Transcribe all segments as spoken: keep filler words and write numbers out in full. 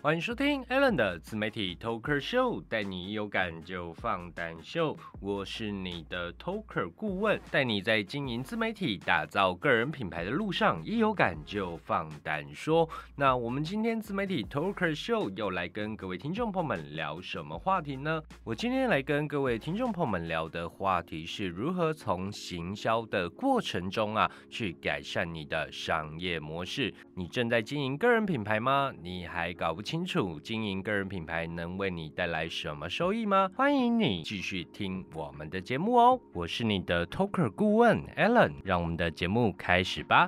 欢迎收听 Alan 的自媒体 Talker Show， 带你有感就放胆秀。我是你的 Talker 顾问，带你在经营自媒体、打造个人品牌的路上，一有感就放胆说。那我们今天自媒体 Talker Show 又来跟各位听众朋友们聊什么话题呢？我今天来跟各位听众朋友们聊的话题是如何从行销的过程中啊，去改善你的商业模式。你正在经营个人品牌吗？你还搞不清楚经营个人品牌能为你带来什么收益吗？欢迎你继续听我们的节目哦，我是你的 Talker 顾问 Alan， 让我们的节目开始吧。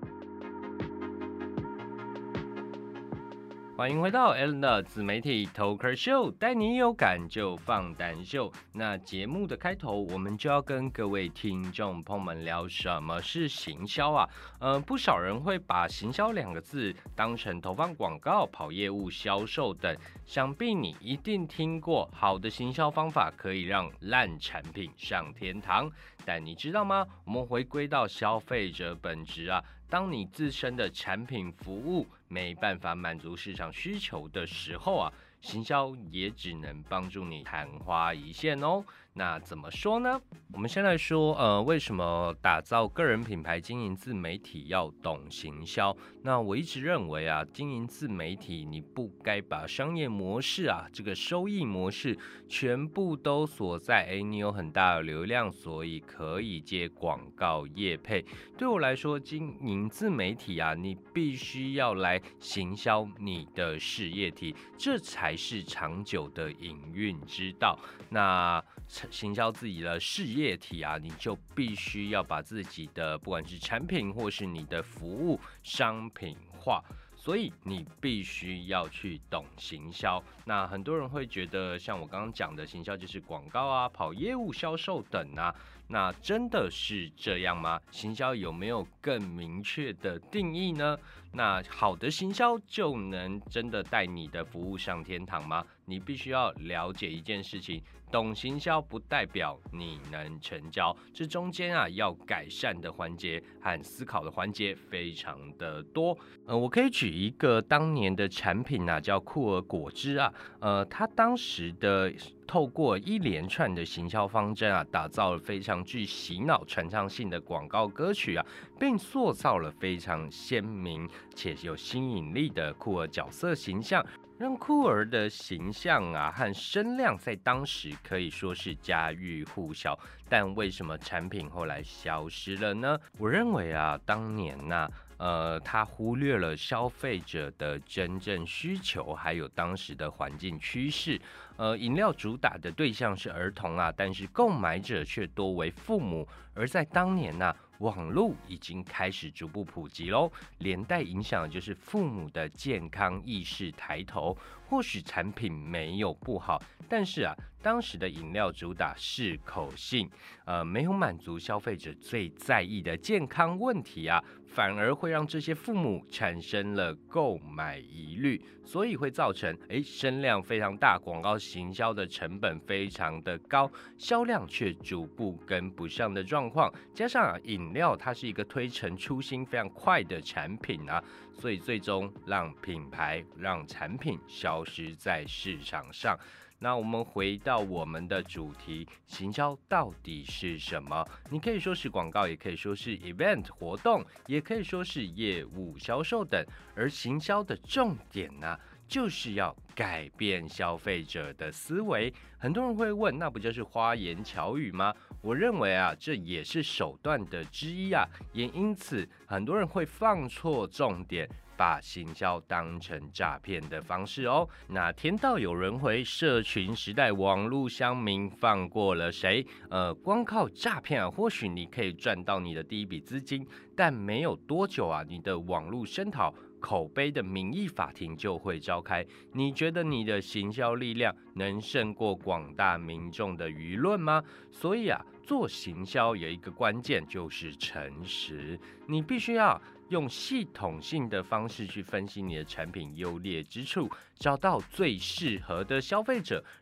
欢迎回到 Alan 的自媒体 Talker Show， 带你有感就放胆秀。那节目的开头，我们就要跟各位听众朋友们聊什么是行销啊？呃，不少人会把行销两个字当成投放广告、跑业务、销售等。想必你一定听过，好的行销方法可以让烂产品上天堂。但你知道吗？我们回归到消费者本质啊。当你自身的产品服务没办法满足市场需求的时候啊，行销也只能帮助你昙花一现哦。那怎么说呢？我们先来说，呃，为什么打造个人品牌、经营自媒体要懂行销？那我一直认为啊，经营自媒体你不该把商业模式啊，这个收益模式全部都锁在，哎，你有很大的流量，所以可以接广告业配。对我来说，经营自媒体啊，你必须要来行销你的事业体，这才是长久的营运之道。那行销自己的事业体啊，你就必须要把自己的不管是产品或是你的服务商品化。所以你必须要去懂行销。那很多人会觉得，像我刚刚讲的，行销就是广告啊、跑业务、销售等啊。那真的是这样吗？行销有没有更明确的定义呢？那好的行销就能真的带你的服务上天堂吗？你必须要了解一件事情，懂行销不代表你能成交，这中间啊要改善的环节和思考的环节非常的多。呃，我可以举一个当年的产品啊，叫酷儿果汁啊，呃，它当时的透过一连串的行销方针啊，打造了非常具洗脑传唱性的广告歌曲啊，并塑造了非常鲜明且有吸引力的酷儿角色形象。让酷儿的形象啊和声量在当时可以说是家喻户晓，但为什么产品后来消失了呢？我认为啊，当年啊，呃，他忽略了消费者的真正需求，还有当时的环境趋势。呃，饮料主打的对象是儿童啊，但是购买者却多为父母。而在当年啊，网络已经开始逐步普及喽，连带影响的就是父母的健康意识抬头。或许产品没有不好，但是啊，当时的饮料主打适口性，呃，没有满足消费者最在意的健康问题啊，反而会让这些父母产生了购买疑虑，所以会造成哎声量非常大，广告行销的成本非常的高，销量却逐步跟不上的状况。加上啊，饮料它是一个推陈出新非常快的产品啊，所以最终让品牌让产品消失在市场上。那我们回到我们的主题，行销到底是什么？你可以说是广告，也可以说是 event 活动，也可以说是业务销售等。而行销的重点呢、啊，就是要改变消费者的思维。很多人会问，那不就是花言巧语吗？我认为啊，这也是手段的之一啊，也因此很多人会放错重点，把行销当成诈骗的方式哦。那天道有人回，社群时代网络乡民放过了谁？呃，光靠诈骗啊，或许你可以赚到你的第一笔资金，但没有多久啊，你的网络声讨口碑的民意法庭就会召开。你觉得你的行销力量能胜过广大民众的舆论吗？所以啊，做行销有一个关键就是诚实，你必须要用系统性的方式去分析你的产品优劣之处，找到最适合的消费者，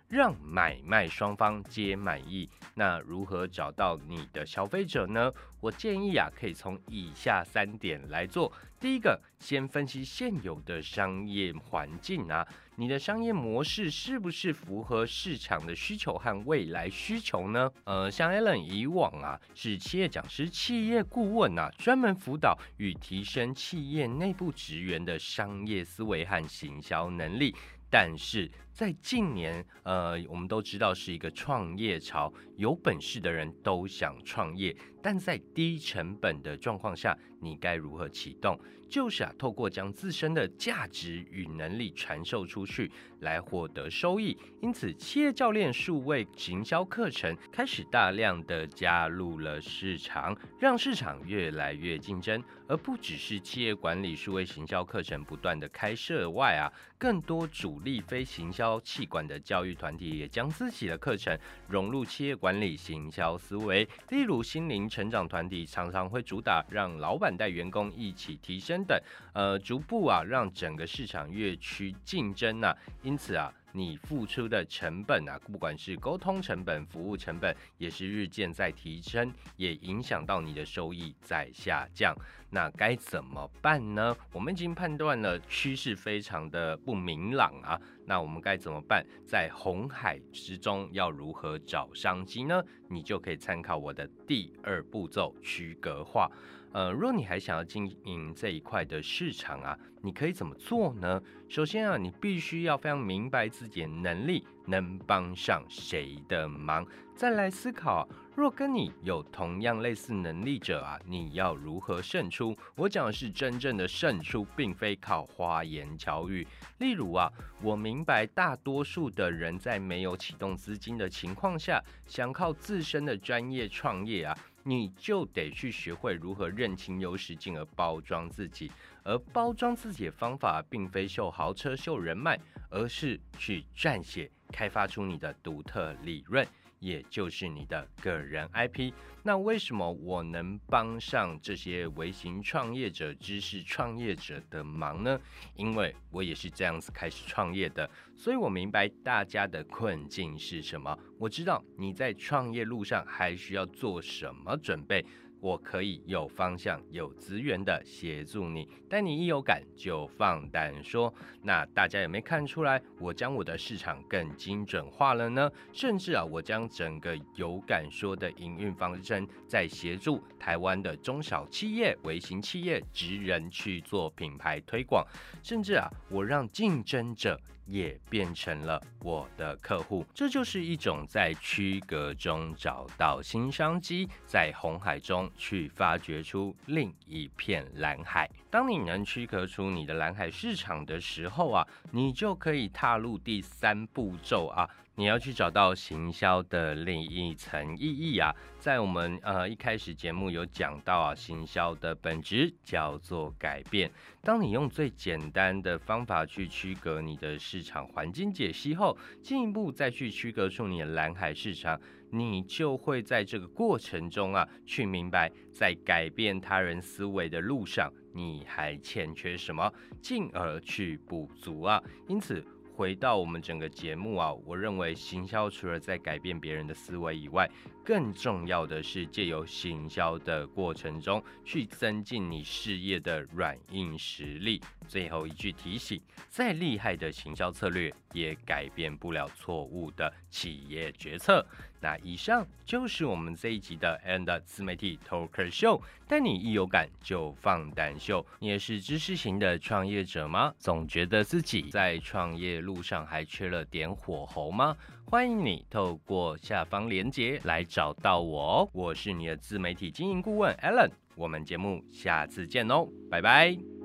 让买卖双方皆满意。那如何找到你的消费者呢？我建议啊，可以从以下三点来做。第一个，先分析现有的商业环境啊，你的商业模式是不是符合市场的需求和未来需求呢？呃，像 Alan 以往啊是企业讲师、企业顾问啊，专门辅导与提升企业内部职员的商业思维和行销能力。但是在近年，呃，我们都知道是一个创业潮，有本事的人都想创业，但在低成本的状况下，你该如何启动？就是啊，透过将自身的价值与能力传授出去，来获得收益。因此，企业教练数位行销课程开始大量的加入了市场，让市场越来越竞争。而不只是企业管理数位行销课程不断的开设外啊，更多主力非行销企管的教育团体也将自己的课程融入企业管理行销思维。例如，心灵成长团体常常会主打让老板带员工一起提升等，呃，逐步啊让整个市场越趋竞争啊。因此啊，你付出的成本啊，不管是沟通成本、服务成本，也是日渐在提升，也影响到你的收益在下降。那该怎么办呢？我们已经判断了趋势非常的不明朗啊，那我们该怎么办？在红海之中要如何找商机呢？你就可以参考我的第二步骤区隔化。呃，若你还想要经营这一块的市场啊，你可以怎么做呢？首先啊，你必须要非常明白自己的能力能帮上谁的忙，再来思考，若跟你有同样类似能力者啊，你要如何胜出？我讲的是真正的胜出，并非靠花言巧语。例如啊，我明白大多数的人在没有启动资金的情况下，想靠自身的专业创业啊，你就得去学会如何认清优势，进而包装自己。而包装自己的方法，并非秀豪车、秀人脉，而是去撰写、开发出你的独特理论，也就是你的个人 I P。那为什么我能帮上这些微型创业者、知识创业者的忙呢？因为我也是这样子开始创业的，所以我明白大家的困境是什么。我知道你在创业路上还需要做什么准备。我可以有方向、有资源的协助你，但你一有感就放胆说。那大家有没有看出来，我将我的市场更精准化了呢？甚至啊，我将整个有感说的营运方针，在协助台湾的中小企业、微型企业、职人去做品牌推广，甚至啊，我让竞争者也变成了我的客户。这就是一种在区隔中找到新商机，在红海中去发掘出另一片蓝海。当你能区隔出你的蓝海市场的时候啊，你就可以踏入第三步骤啊，你要去找到行销的另一层意义啊。在我们呃一开始节目有讲到啊，行销的本质叫做改变。当你用最简单的方法去区隔你的市场环境解析后，进一步再去区隔出你的蓝海市场，你就会在这个过程中啊，去明白在改变他人思维的路上，你还欠缺什么，进而去补足啊。因此，回到我们整个节目啊，我认为行销除了在改变别人的思维以外，更重要的是借由行销的过程中去增进你事业的软硬实力。最后一句提醒，再厉害的行销策略也改变不了错误的企业决策。那以上就是我们这一集的 And 自媒体 Talker Show， 带你一有感就放胆秀。你也是知识型的创业者吗？总觉得自己在创业路上还缺了点火候吗？欢迎你透过下方连结来找到我哦。我是你的自媒体经营顾问 Alan， 我们节目下次见哦，拜拜。